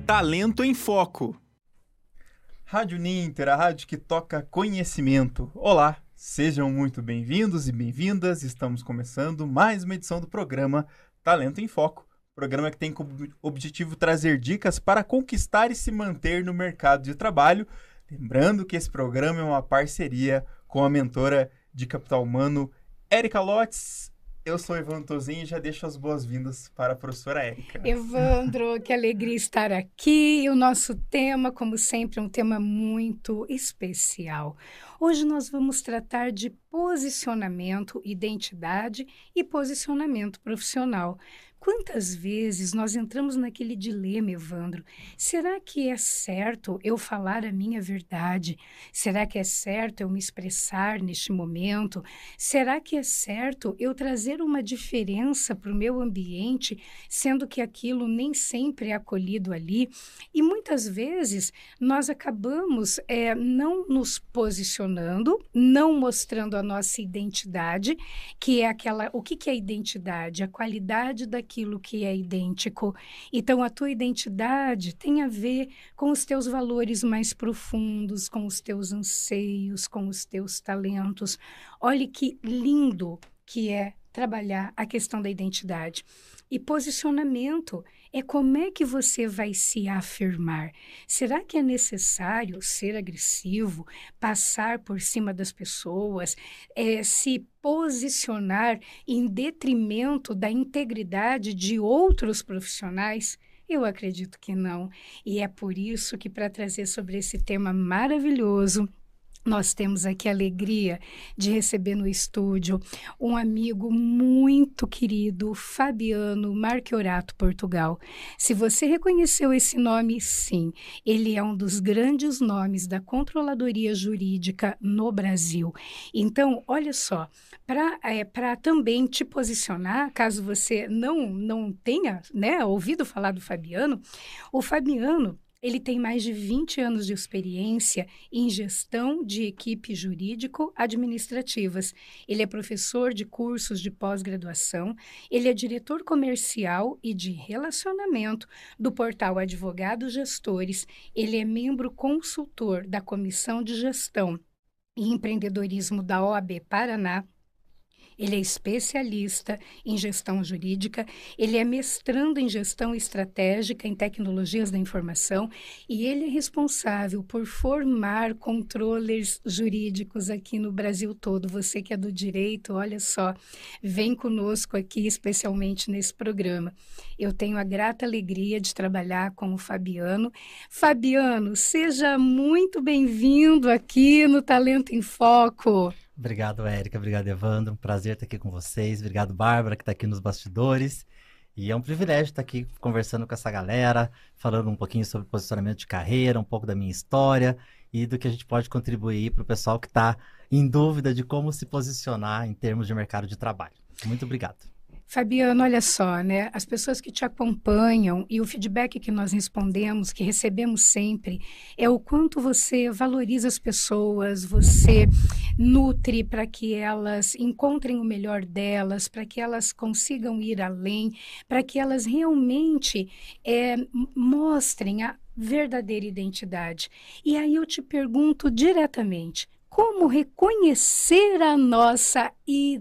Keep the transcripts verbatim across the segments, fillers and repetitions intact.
Talento em Foco. Rádio Ninter, a rádio que toca conhecimento. Olá, sejam muito bem-vindos e bem-vindas. Estamos começando mais uma edição do programa Talento em Foco. Programa que tem como objetivo trazer dicas para conquistar e se manter no mercado de trabalho. Lembrando que esse programa é uma parceria com a mentora de capital humano, Érica Lotz. Eu sou Evandro Tozinho e já deixo as boas-vindas para a professora Érica. Evandro, que alegria estar aqui. E o nosso tema, como sempre, é um tema muito especial. Hoje nós vamos tratar de posicionamento, identidade e posicionamento profissional. Quantas vezes nós entramos naquele dilema, Evandro? Será que é certo eu falar a minha verdade? Será que é certo eu me expressar neste momento? Será que é certo eu trazer uma diferença para o meu ambiente, sendo que aquilo nem sempre é acolhido ali? E muitas vezes nós acabamos é, não nos posicionando, não mostrando a nossa identidade, que é aquela... O que, que é identidade? A qualidade da aquilo que é idêntico. Então, a tua identidade tem a ver com os teus valores mais profundos, com os teus anseios, com os teus talentos. Olhe que lindo que é trabalhar a questão da identidade. E posicionamento é como é que você vai se afirmar. Será que é necessário ser agressivo, passar por cima das pessoas, é, se posicionar em detrimento da integridade de outros profissionais? Eu acredito que não. E é por isso que, para trazer sobre esse tema maravilhoso, nós temos aqui a alegria de receber no estúdio um amigo muito querido, Fabiano Marchiorato Portugal. Se você reconheceu esse nome, sim, ele é um dos grandes nomes da controladoria jurídica no Brasil. Então, olha só, para é, para também te posicionar, caso você não, não tenha, né, ouvido falar do Fabiano, o Fabiano, ele tem mais de vinte anos de experiência em gestão de equipes jurídico-administrativas. Ele é professor de cursos de pós-graduação, ele é diretor comercial e de relacionamento do portal Advogados Gestores, ele é membro consultor da Comissão de Gestão e Empreendedorismo da O A B Paraná. Ele é especialista em gestão jurídica, ele é mestrando em gestão estratégica em tecnologias da informação e ele é responsável por formar controllers jurídicos aqui no Brasil todo. Você que é do direito, olha só, vem conosco aqui, especialmente nesse programa. Eu tenho a grata alegria de trabalhar com o Fabiano. Fabiano, seja muito bem-vindo aqui no Talento em Foco. Obrigado, Érica. Obrigado, Evandro. Um prazer estar aqui com vocês. Obrigado, Bárbara, que está aqui nos bastidores. E é um privilégio estar aqui conversando com essa galera, falando um pouquinho sobre posicionamento de carreira, um pouco da minha história e do que a gente pode contribuir para o pessoal que está em dúvida de como se posicionar em termos de mercado de trabalho. Muito obrigado. Fabiano, olha só, né? As pessoas que te acompanham e o feedback que nós respondemos, que recebemos sempre, é o quanto você valoriza as pessoas, você nutre para que elas encontrem o melhor delas, para que elas consigam ir além, para que elas realmente é, mostrem a verdadeira identidade. E aí eu te pergunto diretamente, como reconhecer a nossa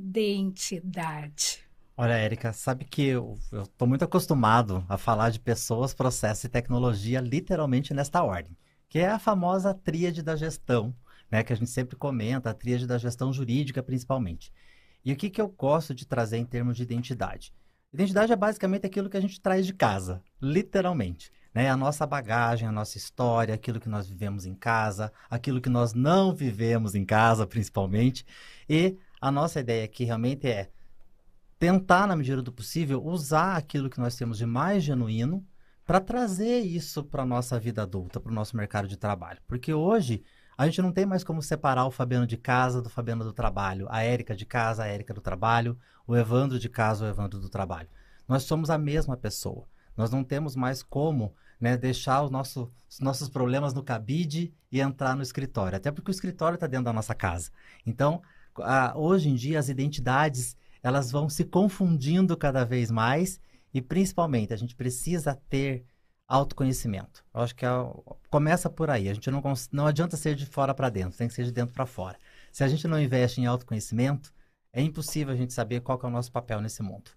identidade? Olha, Érica, sabe que eu estou muito acostumado a falar de pessoas, processos e tecnologia literalmente nesta ordem, que é a famosa tríade da gestão, né, que a gente sempre comenta, a tríade da gestão jurídica principalmente. E o que, que eu gosto de trazer em termos de identidade? Identidade é basicamente aquilo que a gente traz de casa, literalmente. Né? A nossa bagagem, a nossa história, aquilo que nós vivemos em casa, aquilo que nós não vivemos em casa, principalmente. E a nossa ideia aqui realmente é tentar, na medida do possível, usar aquilo que nós temos de mais genuíno para trazer isso para a nossa vida adulta, para o nosso mercado de trabalho. Porque hoje a gente não tem mais como separar o Fabiano de casa do Fabiano do trabalho, a Érica de casa, a Érica do trabalho, o Evandro de casa, o Evandro do trabalho. Nós somos a mesma pessoa. Nós não temos mais como, né, deixar o nosso, os nossos problemas no cabide e entrar no escritório. Até porque o escritório está dentro da nossa casa. Então, a, hoje em dia, as identidades elas vão se confundindo cada vez mais e, principalmente, a gente precisa ter autoconhecimento. Eu acho que é, começa por aí. A gente não, não adianta ser de fora para dentro, tem que ser de dentro para fora. Se a gente não investe em autoconhecimento, é impossível a gente saber qual que é o nosso papel nesse mundo.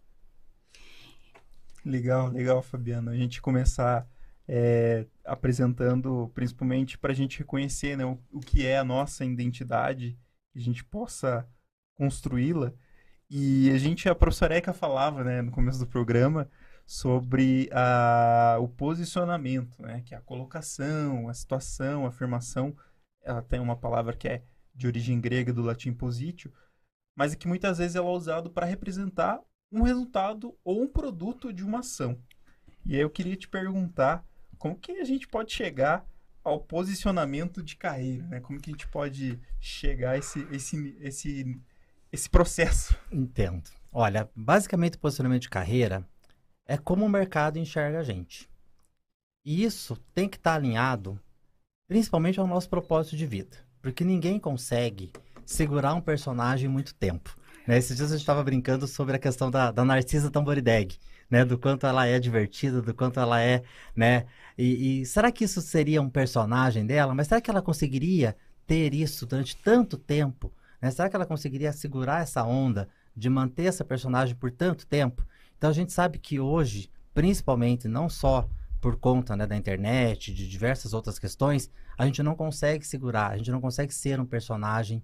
Legal, legal, Fabiano. A gente começar é, apresentando, principalmente para a gente reconhecer, né, o, o que é a nossa identidade, que a gente possa construí-la. E a gente, a professora Eka falava, né, no começo do programa, sobre a, o posicionamento, né, que é a colocação, a situação, a afirmação. Ela tem uma palavra que é de origem grega, do latim positio, mas é que muitas vezes ela é usada para representar um resultado ou um produto de uma ação. E aí eu queria te perguntar como que a gente pode chegar ao posicionamento de carreira, né? Como que a gente pode chegar a esse, esse, esse, esse processo? Entendo. Olha, basicamente o posicionamento de carreira é como o mercado enxerga a gente. E isso tem que estar alinhado principalmente ao nosso propósito de vida. Porque ninguém consegue segurar um personagem muito tempo. Né? Esses dias a gente estava brincando sobre a questão da, da Narcisa Tamborideg, né? Do quanto ela é divertida, do quanto ela é, né? E, e será que isso seria um personagem dela? Mas será que ela conseguiria ter isso durante tanto tempo? Né? Será que ela conseguiria segurar essa onda de manter essa personagem por tanto tempo? Então a gente sabe que hoje, principalmente, não só por conta, né, da internet, de diversas outras questões, a gente não consegue segurar, a gente não consegue ser um personagem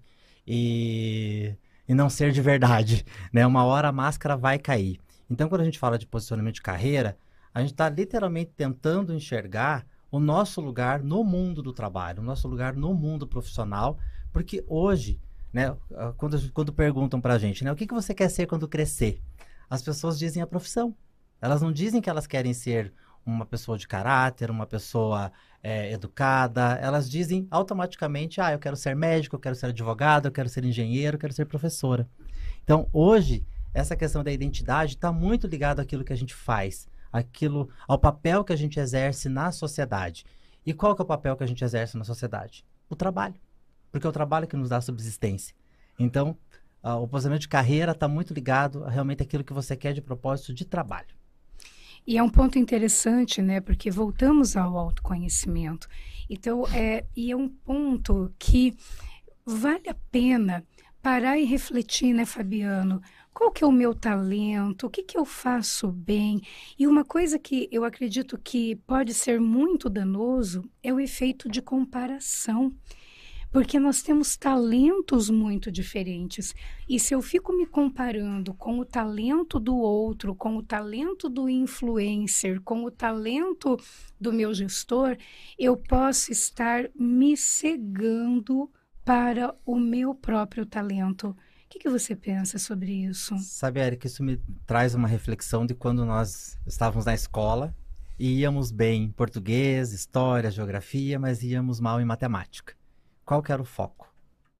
e, e não ser de verdade, né? Uma hora a máscara vai cair. Então, quando a gente fala de posicionamento de carreira, a gente está literalmente tentando enxergar o nosso lugar no mundo do trabalho, o nosso lugar no mundo profissional, porque hoje, né, quando, quando perguntam para a gente, né, o que, que você quer ser quando crescer? As pessoas dizem a profissão. Elas não dizem que elas querem ser uma pessoa de caráter, uma pessoa é, educada. Elas dizem automaticamente, ah, eu quero ser médico, eu quero ser advogado, eu quero ser engenheiro, eu quero ser professora. Então, hoje, essa questão da identidade está muito ligada àquilo que a gente faz, àquilo, ao papel que a gente exerce na sociedade. E qual que é o papel que a gente exerce na sociedade? O trabalho. Porque é o trabalho que nos dá subsistência. Então, uh, o posicionamento de carreira está muito ligado a realmente aquilo que você quer de propósito de trabalho. E é um ponto interessante, né? Porque voltamos ao autoconhecimento. Então, é, e é um ponto que vale a pena parar e refletir, né, Fabiano? Qual que é o meu talento? O que que eu faço bem? E uma coisa que eu acredito que pode ser muito danoso é o efeito de comparação. Porque nós temos talentos muito diferentes. E se eu fico me comparando com o talento do outro, com o talento do influencer, com o talento do meu gestor, eu posso estar me cegando para o meu próprio talento. O que, que você pensa sobre isso? Sabe, Eric, isso me traz uma reflexão de quando nós estávamos na escola e íamos bem em português, história, geografia, mas íamos mal em matemática. Qual que era o foco?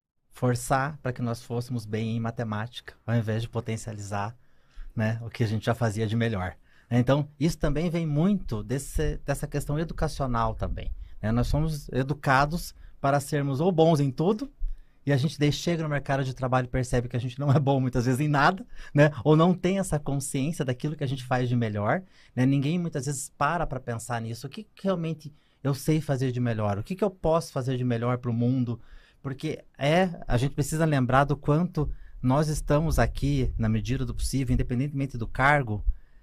Forçar para que nós fôssemos bem em matemática, ao invés de potencializar, né, o que a gente já fazia de melhor. Então, isso também vem muito desse, dessa questão educacional também. Né? Nós somos educados para sermos ou bons em tudo, e a gente daí chega no mercado de trabalho e percebe que a gente não é bom muitas vezes em nada, né? Ou não tem essa consciência daquilo que a gente faz de melhor. Né? Ninguém muitas vezes para para pensar nisso. O que, que realmente eu sei fazer de melhor? O que, que eu posso fazer de melhor para o mundo? Porque é, a gente precisa lembrar do quanto nós estamos aqui, na medida do possível, independentemente do cargo,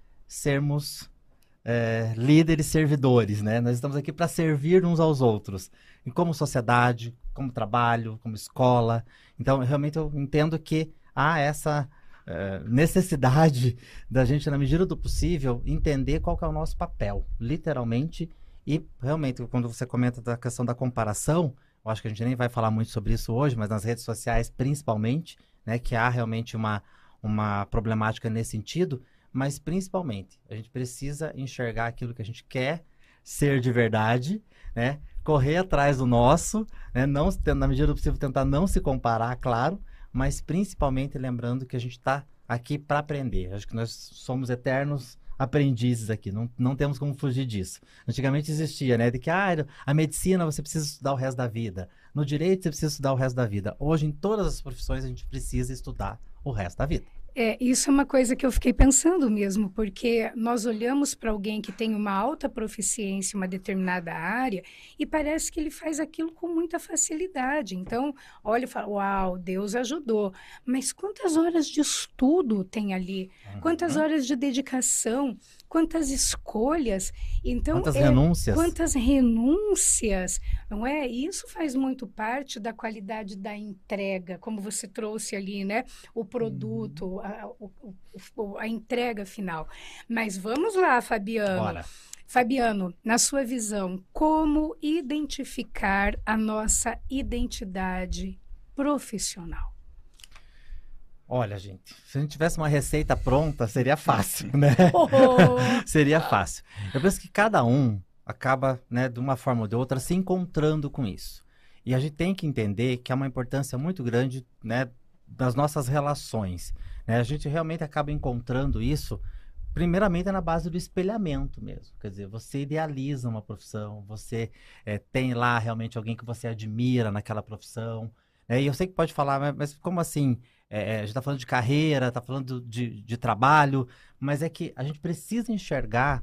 sermos é, líderes servidores, né? Nós estamos aqui para servir uns aos outros, e como sociedade, como trabalho, como escola. Então, realmente eu entendo que há essa é, necessidade da gente, na medida do possível, entender qual que é o nosso papel, literalmente. E, realmente, quando você comenta da questão da comparação, eu acho que a gente nem vai falar muito sobre isso hoje, mas nas redes sociais, principalmente, né, que há realmente uma, uma problemática nesse sentido, mas, principalmente, a gente precisa enxergar aquilo que a gente quer ser de verdade, né, correr atrás do nosso, né, não, na medida do possível, tentar não se comparar, claro, mas, principalmente, lembrando que a gente está aqui para aprender. Acho que nós somos eternos aprendizes aqui, não, não temos como fugir disso. Antigamente existia, né, de que ah, a medicina você precisa estudar o resto da vida, no direito você precisa estudar o resto da vida. Hoje, em todas as profissões, a gente precisa estudar o resto da vida. É, isso é uma coisa que eu fiquei pensando mesmo, porque nós olhamos para alguém que tem uma alta proficiência em uma determinada área e parece que ele faz aquilo com muita facilidade. Então, olha e fala, uau, Deus ajudou. Mas quantas horas de estudo tem ali? Uhum. Quantas horas de dedicação? Quantas escolhas? Então, Quantas é, renúncias? Quantas renúncias, não é? Isso faz muito parte da qualidade da entrega, como você trouxe ali, né? O produto, a, o, o, a entrega final. Mas vamos lá, Fabiano. Bora. Fabiano, na sua visão, como identificar a nossa identidade profissional? Olha, gente, se a gente tivesse uma receita pronta, seria fácil, né? Oh! Seria fácil. Eu penso que cada um acaba, né, de uma forma ou de outra, se encontrando com isso. E a gente tem que entender que há uma importância muito grande, né, das nossas relações. Né? A gente realmente acaba encontrando isso, primeiramente, na base do espelhamento mesmo. Quer dizer, você idealiza uma profissão, você é, tem lá realmente alguém que você admira naquela profissão. É, e eu sei que pode falar, mas, mas como assim? É, a gente está falando de carreira, está falando de, de trabalho, mas é que a gente precisa enxergar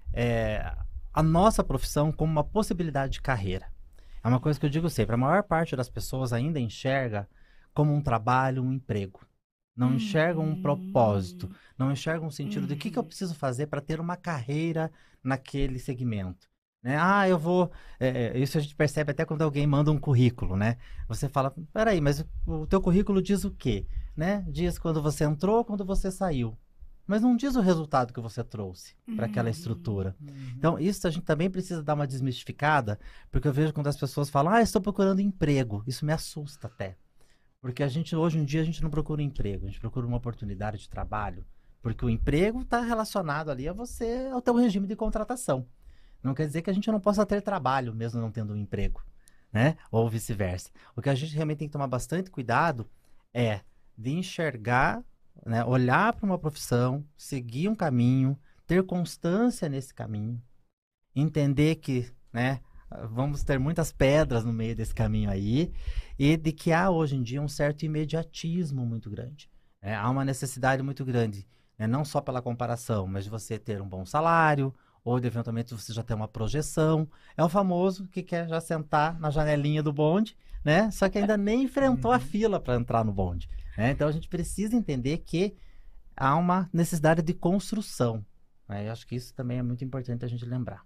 é, a nossa profissão como uma possibilidade de carreira. É uma coisa que eu digo sempre, a maior parte das pessoas ainda enxerga como um trabalho, um emprego. Não Uhum. enxergam um propósito, não enxergam um sentido Uhum. do que, que eu preciso fazer para ter uma carreira naquele segmento. Né? Ah, eu vou... É, isso a gente percebe até quando alguém manda um currículo, né? Você fala, peraí, mas o teu currículo diz o quê? Né? Diz quando você entrou, quando você saiu. Mas não diz o resultado que você trouxe para aquela estrutura. Uhum. Então, isso a gente também precisa dar uma desmistificada, porque eu vejo quando as pessoas falam, ah, estou procurando emprego. Isso me assusta até. Porque a gente, hoje em dia, a gente não procura um emprego, a gente procura uma oportunidade de trabalho. Porque o emprego está relacionado ali a você, ao teu regime de contratação. Não quer dizer que a gente não possa ter trabalho, mesmo não tendo um emprego, né? Ou vice-versa. O que a gente realmente tem que tomar bastante cuidado é de enxergar, né? Olhar para uma profissão, seguir um caminho, ter constância nesse caminho, entender que, né, vamos ter muitas pedras no meio desse caminho aí, e de que há hoje em dia um certo imediatismo muito grande. Né? Há uma necessidade muito grande, né? Não só pela comparação, mas de você ter um bom salário, ou de, eventualmente você já tem uma projeção. É o famoso que quer já sentar na janelinha do bonde, né? Só que ainda nem enfrentou a fila para entrar no bonde. Né? Então a gente precisa entender que há uma necessidade de construção. Né? Eu acho que isso também é muito importante a gente lembrar.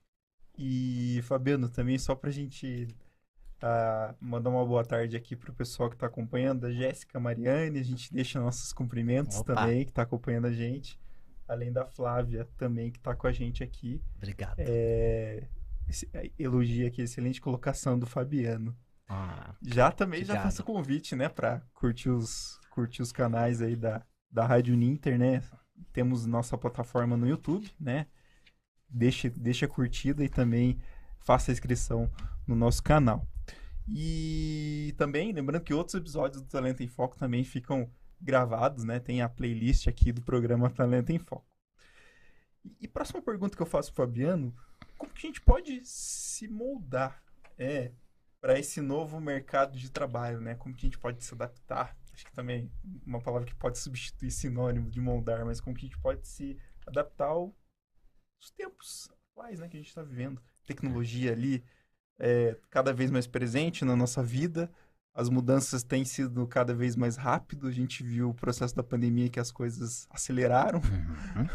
E, Fabiano, também só para a gente uh, mandar uma boa tarde aqui para o pessoal que está acompanhando, a Jéssica Mariane, a gente deixa nossos cumprimentos Opa. Também, que está acompanhando a gente. Além da Flávia também, que está com a gente aqui. Obrigado. É, esse, elogia aqui, excelente colocação do Fabiano. Ah, já também obrigado. Já faço o convite, né, para curtir os, curtir os canais aí da, da Rádio Ninter, né? Temos nossa plataforma no YouTube, né? Deixe, deixe a curtida e também faça a inscrição no nosso canal. E também, lembrando que outros episódios do Talento em Foco também ficam gravados, né? Tem a playlist aqui do programa Talento em Foco. E, e próxima pergunta que eu faço pro Fabiano, como que a gente pode se moldar é, para esse novo mercado de trabalho, né? Como que a gente pode se adaptar? Acho que também uma palavra que pode substituir sinônimo de moldar, mas como que a gente pode se adaptar aos tempos atuais, né? Que a gente está vivendo. Tecnologia ali é, cada vez mais presente na nossa vida. As mudanças têm sido cada vez mais rápido. A gente viu o processo da pandemia que as coisas aceleraram. Uhum.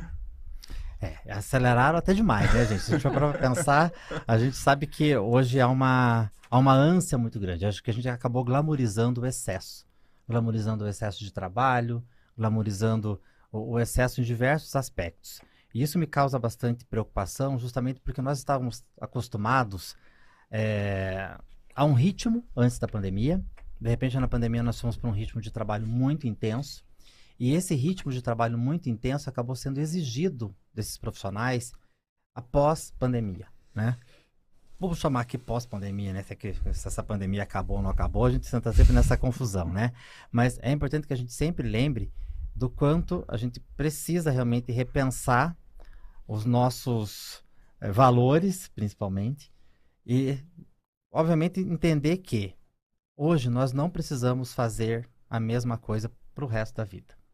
É, aceleraram até demais, né, gente? Se a gente for para pensar, a gente sabe que hoje há uma, há uma ânsia muito grande. Acho que a gente acabou glamorizando o excesso. Glamorizando o excesso de trabalho, glamorizando o, o excesso em diversos aspectos. E isso me causa bastante preocupação, justamente porque nós estávamos acostumados... É, há um ritmo antes da pandemia. De repente, na pandemia, nós fomos para um ritmo de trabalho muito intenso. E esse ritmo de trabalho muito intenso acabou sendo exigido desses profissionais após pandemia, né? Vamos chamar aqui pós-pandemia, né? Se, é que, se essa pandemia acabou ou não acabou, a gente está sempre nessa confusão, né? Mas é importante que a gente sempre lembre do quanto a gente precisa realmente repensar os nossos é, valores, principalmente, e obviamente entender que hoje nós não precisamos fazer a mesma coisa para o resto da vida.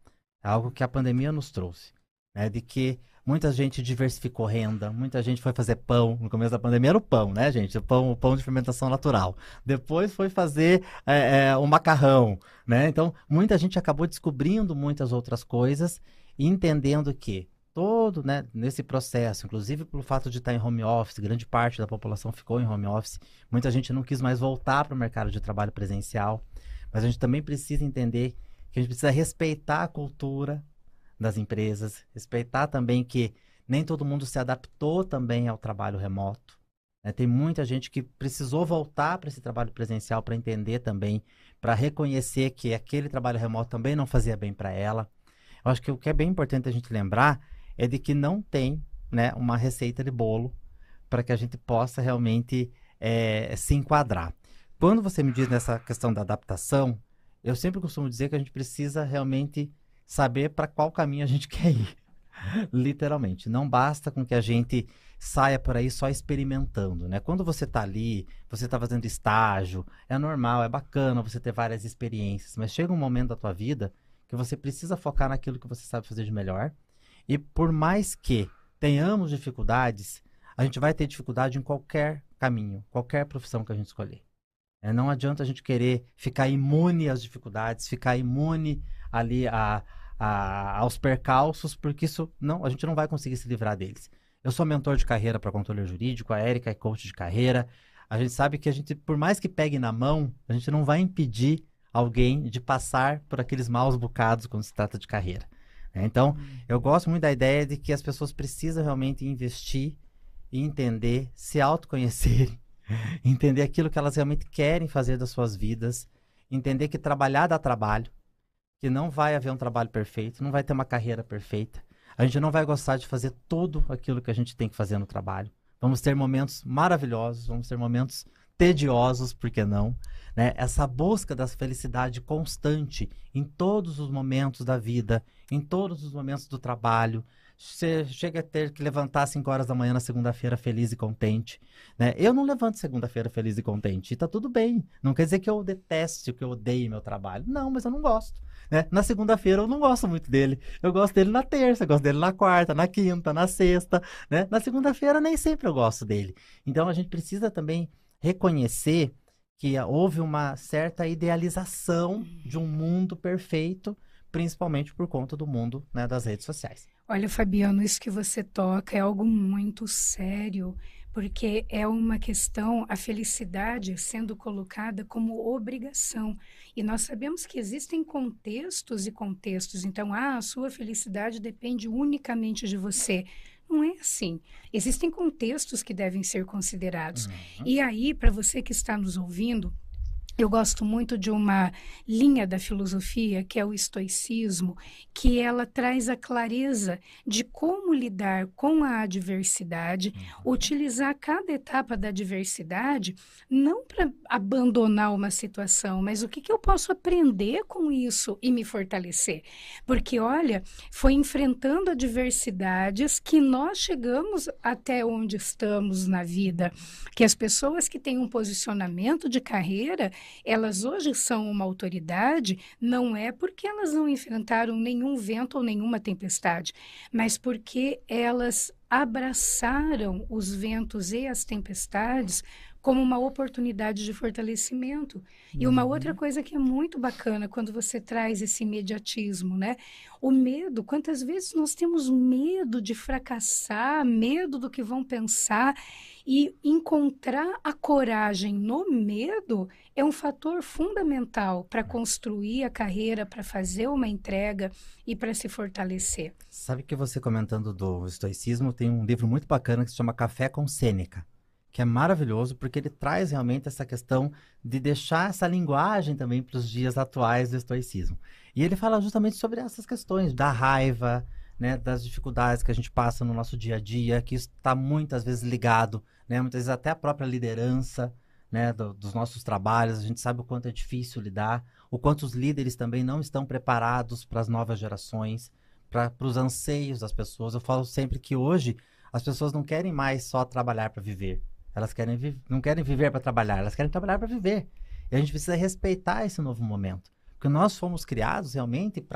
É algo que a pandemia nos trouxe, né? De que muita gente diversificou renda, muita gente foi fazer pão. No começo da pandemia era o pão, né, gente? O pão, o pão de fermentação natural. Depois foi fazer é, é, o macarrão, né? Então, muita gente acabou descobrindo muitas outras coisas e entendendo que todo, né, nesse processo, inclusive pelo fato de estar em home office, grande parte da população ficou em home office, muita gente não quis mais voltar para o mercado de trabalho presencial, mas a gente também precisa entender que a gente precisa respeitar a cultura das empresas, respeitar também que nem todo mundo se adaptou também ao trabalho remoto, né? Tem muita gente que precisou voltar para esse trabalho presencial para entender também, para reconhecer que aquele trabalho remoto também não fazia bem para ela. Eu acho que o que é bem importante a gente lembrar é de que não tem, né, uma receita de bolo para que a gente possa realmente é, se enquadrar. Quando você me diz nessa questão da adaptação, eu sempre costumo dizer que a gente precisa realmente saber para qual caminho a gente quer ir, literalmente. Não basta com que a gente saia por aí só experimentando, né? Quando você está ali, você está fazendo estágio, é normal, é bacana você ter várias experiências, mas chega um momento da tua vida que você precisa focar naquilo que você sabe fazer de melhor. E por mais que tenhamos dificuldades, a gente vai ter dificuldade em qualquer caminho, qualquer profissão que a gente escolher. É, não adianta a gente querer ficar imune às dificuldades, ficar imune ali a, a, aos percalços, porque isso não, a gente não vai conseguir se livrar deles. Eu sou mentor de carreira para controle jurídico, a Érica é coach de carreira. A gente sabe que a gente, por mais que pegue na mão, a gente não vai impedir alguém de passar por aqueles maus bocados quando se trata de carreira. Então, uhum. eu gosto muito da ideia de que as pessoas precisam realmente investir e entender, se autoconhecerem, entender aquilo que elas realmente querem fazer das suas vidas, entender que trabalhar dá trabalho, que não vai haver um trabalho perfeito, não vai ter uma carreira perfeita. A gente não vai gostar de fazer tudo aquilo que a gente tem que fazer no trabalho. Vamos ter momentos maravilhosos, vamos ter momentos tediosos, por que não? Né? Essa busca da felicidade constante em todos os momentos da vida, em todos os momentos do trabalho. Você chega a ter que levantar às cinco horas da manhã na segunda-feira feliz e contente, né? Eu não levanto segunda-feira feliz e contente, e tá tudo bem. Não quer dizer que eu deteste, que eu odeie meu trabalho. Não, mas eu não gosto, né? Na segunda-feira eu não gosto muito dele. Eu gosto dele na terça, eu gosto dele na quarta, na quinta, na sexta, né? Na segunda-feira nem sempre eu gosto dele. Então a gente precisa também reconhecer que houve uma certa idealização de um mundo perfeito, principalmente por conta do mundo, né, das redes sociais. Olha, Fabiano, isso que você toca é algo muito sério, porque é uma questão, a felicidade sendo colocada como obrigação. E nós sabemos que existem contextos e contextos. Então, ah, a sua felicidade depende unicamente de você. Não é assim. Existem contextos que devem ser considerados. Uhum. E aí, para você que está nos ouvindo, eu gosto muito de uma linha da filosofia, que é o estoicismo, que ela traz a clareza de como lidar com a adversidade, uhum. utilizar cada etapa da adversidade, não para abandonar uma situação, mas o que, que eu posso aprender com isso e me fortalecer. Porque, olha, foi enfrentando adversidades que nós chegamos até onde estamos na vida, que as pessoas que têm um posicionamento de carreira, elas hoje são uma autoridade, não é porque elas não enfrentaram nenhum vento ou nenhuma tempestade, mas porque elas abraçaram os ventos e as tempestades como uma oportunidade de fortalecimento. Uhum. E uma outra coisa que é muito bacana quando você traz esse imediatismo, né? O medo, quantas vezes nós temos medo de fracassar, medo do que vão pensar, e encontrar a coragem no medo é um fator fundamental para construir a carreira, para fazer uma entrega e para se fortalecer. Sabe que você comentando do estoicismo, tem um livro muito bacana que se chama Café com Sêneca, que é maravilhoso porque ele traz realmente essa questão de deixar essa linguagem também para os dias atuais do estoicismo. E ele fala justamente sobre essas questões da raiva, né, das dificuldades que a gente passa no nosso dia a dia, que isso está muitas vezes ligado, né, muitas vezes até a própria liderança, né, do, dos nossos trabalhos. A gente sabe o quanto é difícil lidar, o quanto os líderes também não estão preparados para as novas gerações, para os anseios das pessoas. Eu falo sempre que hoje as pessoas não querem mais só trabalhar para viver. Elas querem vi- não querem viver para trabalhar, elas querem trabalhar para viver. E a gente precisa respeitar esse novo momento. Porque nós fomos criados realmente para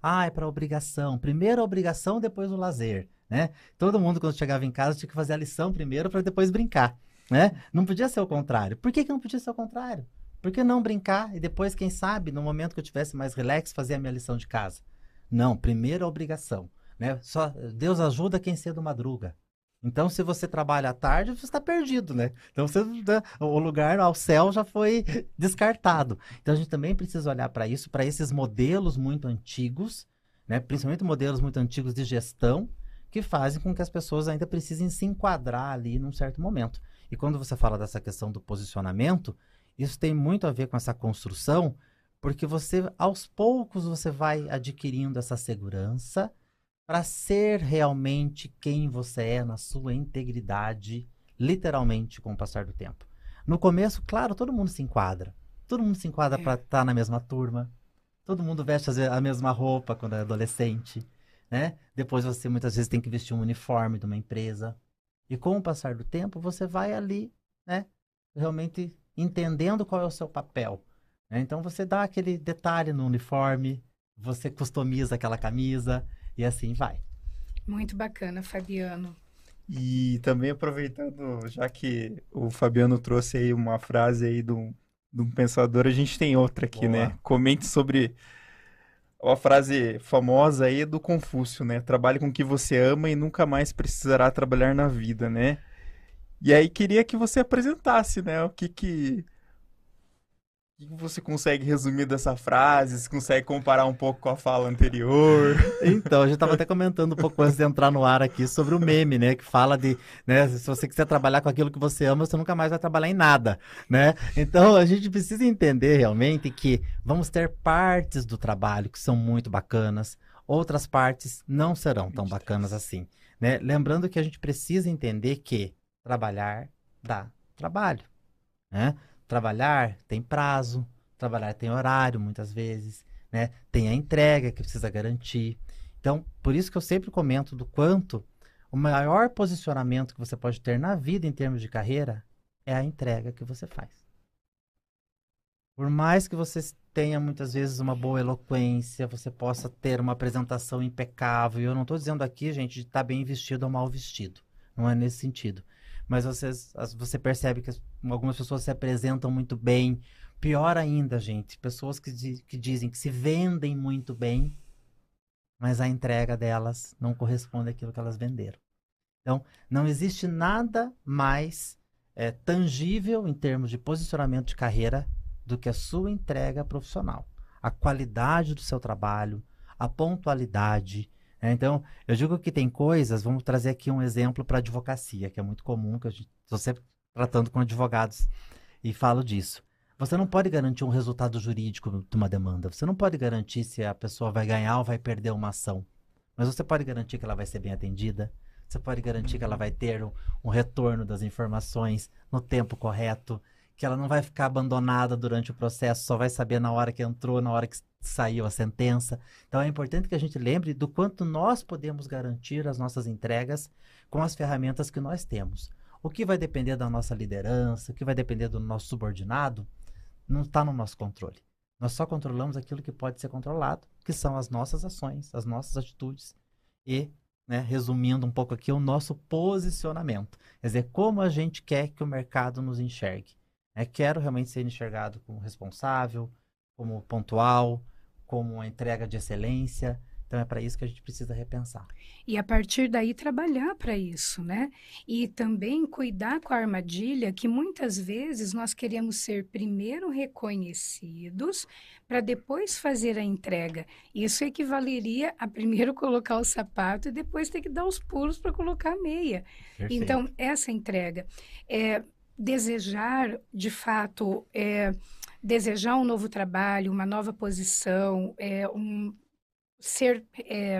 Ah, é para obrigação. Primeiro a obrigação, depois o lazer, né? Todo mundo, quando chegava em casa, tinha que fazer a lição primeiro para depois brincar, né? Não podia ser o contrário. Por que que não podia ser o contrário? Por que não brincar e depois, quem sabe, no momento que eu tivesse mais relax, fazer a minha lição de casa? Não, primeiro a obrigação, né? Só Deus ajuda quem cedo madruga. Então, se você trabalha à tarde, você está perdido, né? Então, você, o lugar ao céu já foi descartado. Então, a gente também precisa olhar para isso, para esses modelos muito antigos, né? Principalmente modelos muito antigos de gestão, que fazem com que as pessoas ainda precisem se enquadrar ali num certo momento. E quando você fala dessa questão do posicionamento, isso tem muito a ver com essa construção, porque você, aos poucos, você vai adquirindo essa segurança para ser realmente quem você é na sua integridade, literalmente, com o passar do tempo. No começo, claro, todo mundo se enquadra. Todo mundo se enquadra é. para estar na mesma turma. Todo mundo veste a mesma roupa quando é adolescente, né? Depois você, muitas vezes, tem que vestir um uniforme de uma empresa. E com o passar do tempo, você vai ali, né? Realmente entendendo qual é o seu papel. Né? Então, você dá aquele detalhe no uniforme, você customiza aquela camisa, e assim vai. Muito bacana, Fabiano. E também aproveitando, já que o Fabiano trouxe aí uma frase aí de um, de um pensador, a gente tem outra aqui, Boa. né? Comente sobre a frase famosa aí do Confúcio, né? Trabalhe com o que você ama e nunca mais precisará trabalhar na vida, né? E aí queria que você apresentasse, né? O que que... O que você consegue resumir dessa frase? Você consegue comparar um pouco com a fala anterior? Então, a gente estava até comentando um pouco antes de entrar no ar aqui sobre o meme, né? Que fala de, né? Se você quiser trabalhar com aquilo que você ama, você nunca mais vai trabalhar em nada, né? Então, a gente precisa entender realmente que vamos ter partes do trabalho que são muito bacanas, outras partes não serão tão bacanas assim, né? Lembrando que a gente precisa entender que trabalhar dá trabalho, né? Trabalhar tem prazo, trabalhar tem horário muitas vezes, né? Tem a entrega que precisa garantir. Então, por isso que eu sempre comento do quanto o maior posicionamento que você pode ter na vida em termos de carreira é a entrega que você faz. Por mais que você tenha muitas vezes uma boa eloquência, você possa ter uma apresentação impecável, e eu não estou dizendo aqui, gente, de estar bem vestido ou mal vestido, não é nesse sentido. Mas vocês, você percebe que algumas pessoas se apresentam muito bem. Pior ainda, gente, pessoas que, que dizem que se vendem muito bem, mas a entrega delas não corresponde àquilo que elas venderam. Então, não existe nada mais é, tangível em termos de posicionamento de carreira do que a sua entrega profissional. A qualidade do seu trabalho, a pontualidade. Então, eu digo que tem coisas, vamos trazer aqui um exemplo para a advocacia, que é muito comum, que eu estou sempre tratando com advogados e falo disso. Você não pode garantir um resultado jurídico de uma demanda, você não pode garantir se a pessoa vai ganhar ou vai perder uma ação, mas você pode garantir que ela vai ser bem atendida, você pode garantir que ela vai ter um, um retorno das informações no tempo correto, que ela não vai ficar abandonada durante o processo, só vai saber na hora que entrou, na hora que saiu a sentença. Então é importante que a gente lembre do quanto nós podemos garantir as nossas entregas com as ferramentas que nós temos. O que vai depender da nossa liderança, o que vai depender do nosso subordinado, não está no nosso controle. Nós só controlamos aquilo que pode ser controlado, que são as nossas ações, as nossas atitudes e, né, resumindo um pouco aqui, o nosso posicionamento. Quer dizer, como a gente quer que o mercado nos enxergue. É, quero realmente ser enxergado como responsável, como pontual, como uma entrega de excelência. Então, é para isso que a gente precisa repensar. E, a partir daí, trabalhar para isso, né? E também cuidar com a armadilha que, muitas vezes, nós queremos ser primeiro reconhecidos para depois fazer a entrega. Isso equivaleria a primeiro colocar o sapato e depois ter que dar os pulos para colocar a meia. Perfeito. Então, essa entrega é... desejar, de fato, é, desejar um novo trabalho, uma nova posição, é, um, ser é,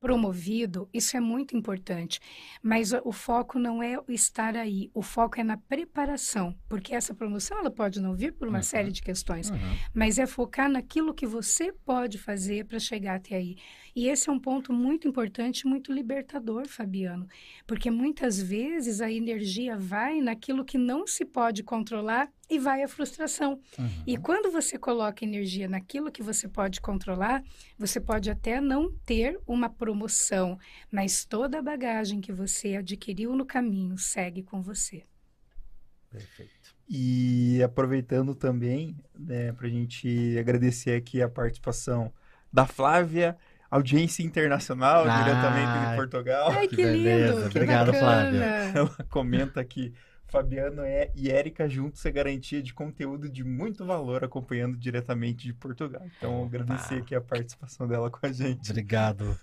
promovido, isso é muito importante, mas o, o foco não é estar aí, o foco é na preparação, porque essa promoção ela pode não vir por uma Uhum. série de questões, Uhum. mas é focar naquilo que você pode fazer para chegar até aí. E esse é um ponto muito importante, muito libertador, Fabiano, porque muitas vezes a energia vai naquilo que não se pode controlar e vai à frustração. Uhum. E quando você coloca energia naquilo que você pode controlar, você pode até não ter uma promoção, mas toda a bagagem que você adquiriu no caminho segue com você. Perfeito. E aproveitando também, né, para a gente agradecer aqui a participação da Flávia, audiência internacional, Ah, diretamente de Portugal. Ai, que que, beleza. lindo, que Obrigado, bacana. Ela comenta aqui, Fabiano é, e Érica juntos é garantia de conteúdo de muito valor, acompanhando diretamente de Portugal. Então, Opa. agradecer aqui a participação dela com a gente. Obrigado.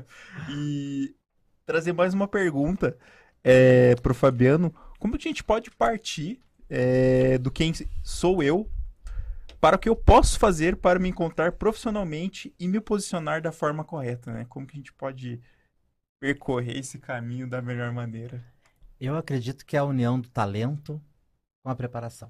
E trazer mais uma pergunta é, para o Fabiano. Como a gente pode partir é, do quem sou eu para o que eu posso fazer para me encontrar profissionalmente e me posicionar da forma correta, né? Como que a gente pode percorrer esse caminho da melhor maneira? Eu acredito que é a união do talento com a preparação.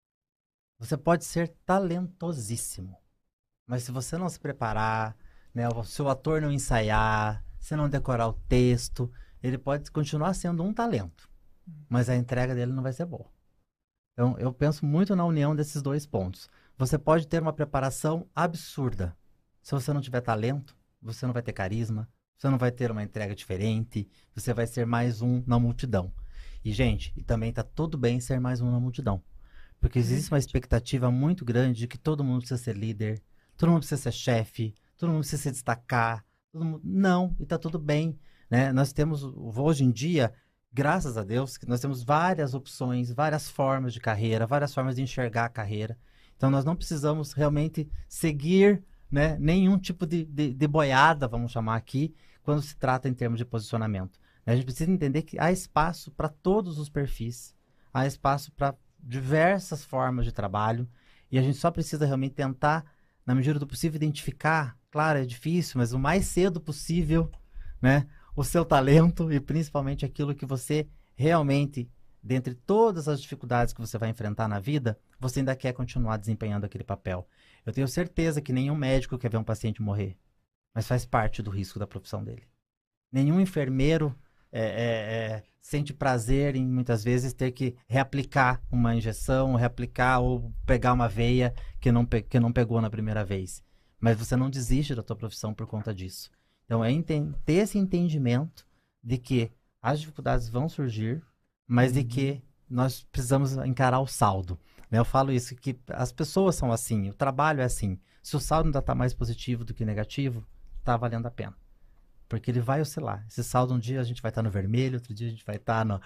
Você pode ser talentosíssimo, mas se você não se preparar, né, o seu ator não ensaiar, se não decorar o texto, ele pode continuar sendo um talento, mas a entrega dele não vai ser boa. Então, eu penso muito na união desses dois pontos. Você pode ter uma preparação absurda. Se você não tiver talento, você não vai ter carisma, você não vai ter uma entrega diferente, você vai ser mais um na multidão. E, gente, e também tá tudo bem ser mais um na multidão. Porque existe uma expectativa muito grande de que todo mundo precisa ser líder, todo mundo precisa ser chefe, todo mundo precisa se destacar. Todo mundo... Não, e tá tudo bem, né? Nós temos, hoje em dia, graças a Deus, que nós temos várias opções, várias formas de carreira, várias formas de enxergar a carreira. Então, nós não precisamos realmente seguir, né, nenhum tipo de, de, de boiada, vamos chamar aqui, quando se trata em termos de posicionamento. A gente precisa entender que há espaço para todos os perfis, há espaço para diversas formas de trabalho, e a gente só precisa realmente tentar, na medida do possível, identificar, claro, é difícil, mas o mais cedo possível, né, o seu talento e principalmente aquilo que você realmente, dentre todas as dificuldades que você vai enfrentar na vida, você ainda quer continuar desempenhando aquele papel. Eu tenho certeza que nenhum médico quer ver um paciente morrer, mas faz parte do risco da profissão dele. Nenhum enfermeiro é, é, é, sente prazer em, muitas vezes, ter que reaplicar uma injeção, reaplicar ou pegar uma veia que não, pe que não pegou na primeira vez. Mas você não desiste da tua profissão por conta disso. Então, é ter esse entendimento de que as dificuldades vão surgir, mas de que nós precisamos encarar o saldo. Eu falo isso, que as pessoas são assim, o trabalho é assim. Se o saldo ainda está mais positivo do que negativo, está valendo a pena. Porque ele vai oscilar. Esse saldo, um dia a gente vai estar no vermelho, outro dia a gente vai estar no...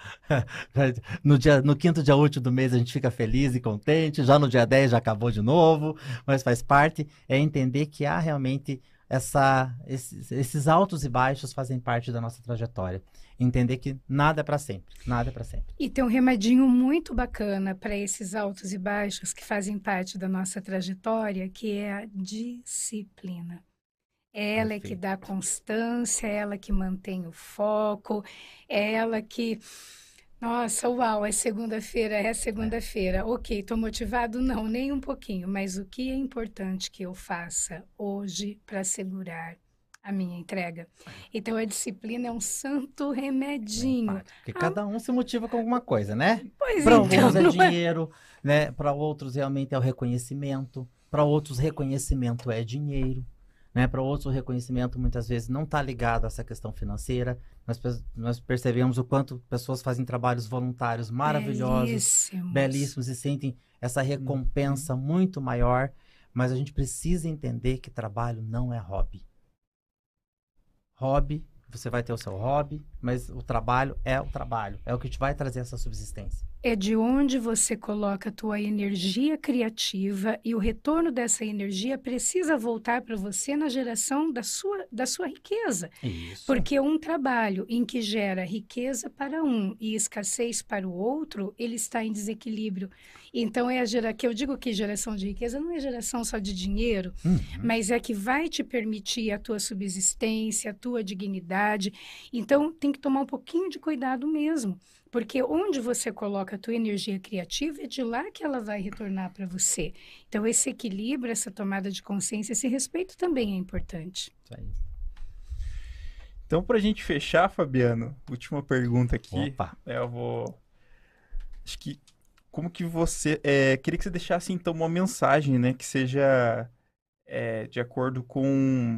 no, dia, no quinto dia útil do mês a gente fica feliz e contente, já no dia dez já acabou de novo, mas faz parte. É entender que há realmente essa, esses, esses altos e baixos fazem parte da nossa trajetória. Entender que nada é para sempre, nada é para sempre. E tem um remedinho muito bacana para esses altos e baixos que fazem parte da nossa trajetória, que é a disciplina. É ela Perfeito. que dá constância, é ela que mantém o foco, é ela que... Nossa, uau, é segunda-feira, é segunda-feira. É. Ok, estou motivado? Não, nem um pouquinho. Mas o que é importante que eu faça hoje para assegurar a minha entrega? Então, a disciplina é um santo remedinho. Porque ah, cada um se motiva com alguma coisa, né? Pois para então, alguns é dinheiro, é... né? Para outros realmente é o reconhecimento. Para outros, reconhecimento é dinheiro. Né? Para outros, o reconhecimento muitas vezes não está ligado a essa questão financeira. Nós, nós percebemos o quanto pessoas fazem trabalhos voluntários maravilhosos, belíssimos, belíssimos e sentem essa recompensa uhum. muito maior. Mas a gente precisa entender que trabalho não é hobby. Hobby, você vai ter o seu hobby, mas o trabalho é o trabalho, é o que te vai trazer essa subsistência. É de onde você coloca a tua energia criativa e o retorno dessa energia precisa voltar para você na geração da sua, da sua riqueza. Isso. Porque um trabalho em que gera riqueza para um e escassez para o outro, ele está em desequilíbrio. Então, é a gera... que eu digo que geração de riqueza não é geração só de dinheiro, Uhum. mas é que vai te permitir a tua subsistência, a tua dignidade. Então, tem que tomar um pouquinho de cuidado mesmo. Porque onde você coloca a tua energia criativa, é de lá que ela vai retornar para você. Então, esse equilíbrio, essa tomada de consciência, esse respeito também é importante. Isso aí. Então, para a gente fechar, Fabiano, última pergunta aqui. Opa. É, eu vou... Acho que... Como que você... É, queria que você deixasse, então, uma mensagem, né? Que seja é, de acordo com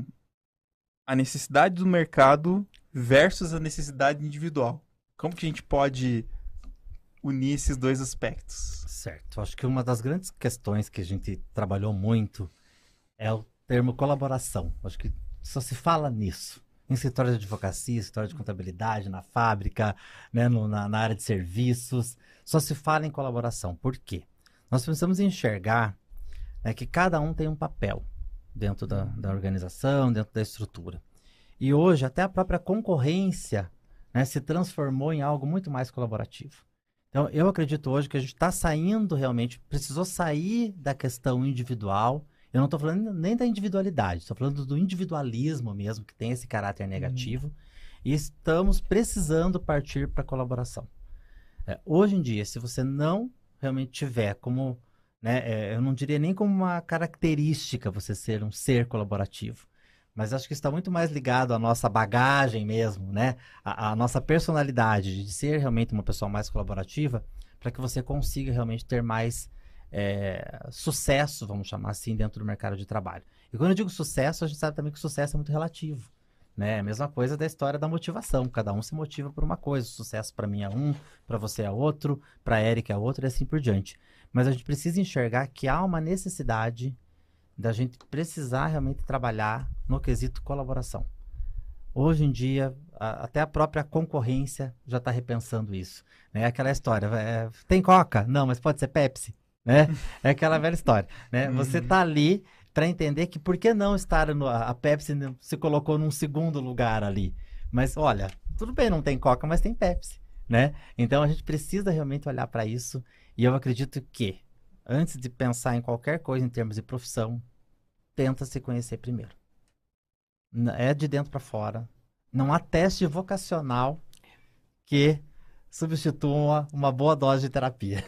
a necessidade do mercado versus a necessidade individual. Como que a gente pode unir esses dois aspectos? Certo. Acho que uma das grandes questões que a gente trabalhou muito é o termo colaboração. Acho que só se fala nisso. Em escritório de advocacia, escritório de contabilidade, na fábrica, né, no, na, na área de serviços, só se fala em colaboração. Por quê? Nós precisamos enxergar, né, que cada um tem um papel dentro da, da organização, dentro da estrutura. E hoje, até a própria concorrência, né, se transformou em algo muito mais colaborativo. Então, eu acredito hoje que a gente está saindo realmente, precisou sair da questão individual. Eu não estou falando nem da individualidade, estou falando do individualismo mesmo, que tem esse caráter negativo. Uhum. E estamos precisando partir para a colaboração. É, hoje em dia, se você não realmente tiver como, né, é, eu não diria nem como uma característica você ser um ser colaborativo, mas acho que está muito mais ligado à nossa bagagem mesmo, né? A, a nossa personalidade de ser realmente uma pessoa mais colaborativa, para que você consiga realmente ter mais é, sucesso, vamos chamar assim, dentro do mercado de trabalho. E quando eu digo sucesso, a gente sabe também que o sucesso é muito relativo, né? A mesma coisa da história da motivação. Cada um se motiva por uma coisa. O sucesso para mim é um, para você é outro, para a Érica é outro e assim por diante. Mas a gente precisa enxergar que há uma necessidade da gente precisar realmente trabalhar no quesito colaboração. Hoje em dia, a, até a própria concorrência já está repensando isso. Né? Aquela história, é, tem Coca? Não, mas pode ser Pepsi. Né? É aquela velha história. Né? Uhum. Você está ali para entender que por que não estar no, a Pepsi se colocou num segundo lugar ali. Mas olha, tudo bem, não tem Coca, mas tem Pepsi. Né? Então a gente precisa realmente olhar para isso, e eu acredito que antes de pensar em qualquer coisa em termos de profissão, tenta se conhecer primeiro. É de dentro para fora. Não há teste vocacional que substitua uma boa dose de terapia.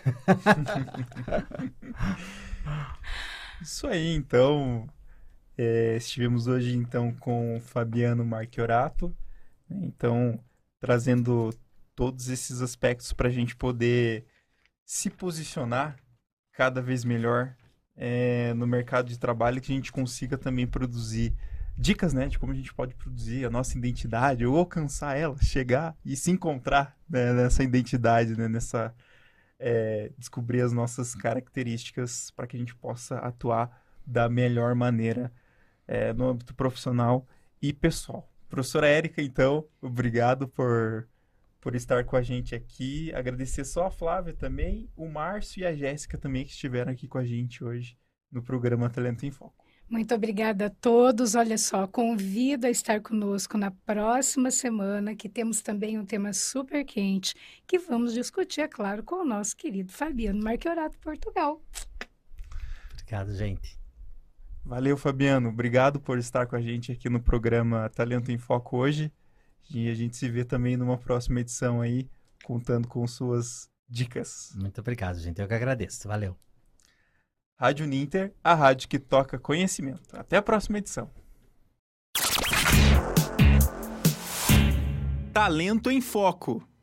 Isso aí, então. É, estivemos hoje, então, com o Fabiano Marchiorato, né? Então, trazendo todos esses aspectos para a gente poder se posicionar cada vez melhor é, no mercado de trabalho, que a gente consiga também produzir dicas, né, de como a gente pode produzir a nossa identidade, ou alcançar ela, chegar e se encontrar, né, nessa identidade, né, nessa é, descobrir as nossas características para que a gente possa atuar da melhor maneira é, no âmbito profissional e pessoal. Professora Érica, então, obrigado por por estar com a gente aqui. Agradecer só a Flávia também, o Márcio e a Jéssica também, que estiveram aqui com a gente hoje no programa Talento em Foco. Muito obrigada a todos. Olha só, convido a estar conosco na próxima semana, que temos também um tema super quente, que vamos discutir, é claro, com o nosso querido Fabiano Marchiorato, Portugal. Obrigado, gente. Valeu, Fabiano. Obrigado por estar com a gente aqui no programa Talento em Foco hoje. E a gente se vê também numa próxima edição aí, contando com suas dicas. Muito obrigado, gente. Eu que agradeço. Valeu. Rádio Ninter, a rádio que toca conhecimento. Até a próxima edição. Talento em Foco.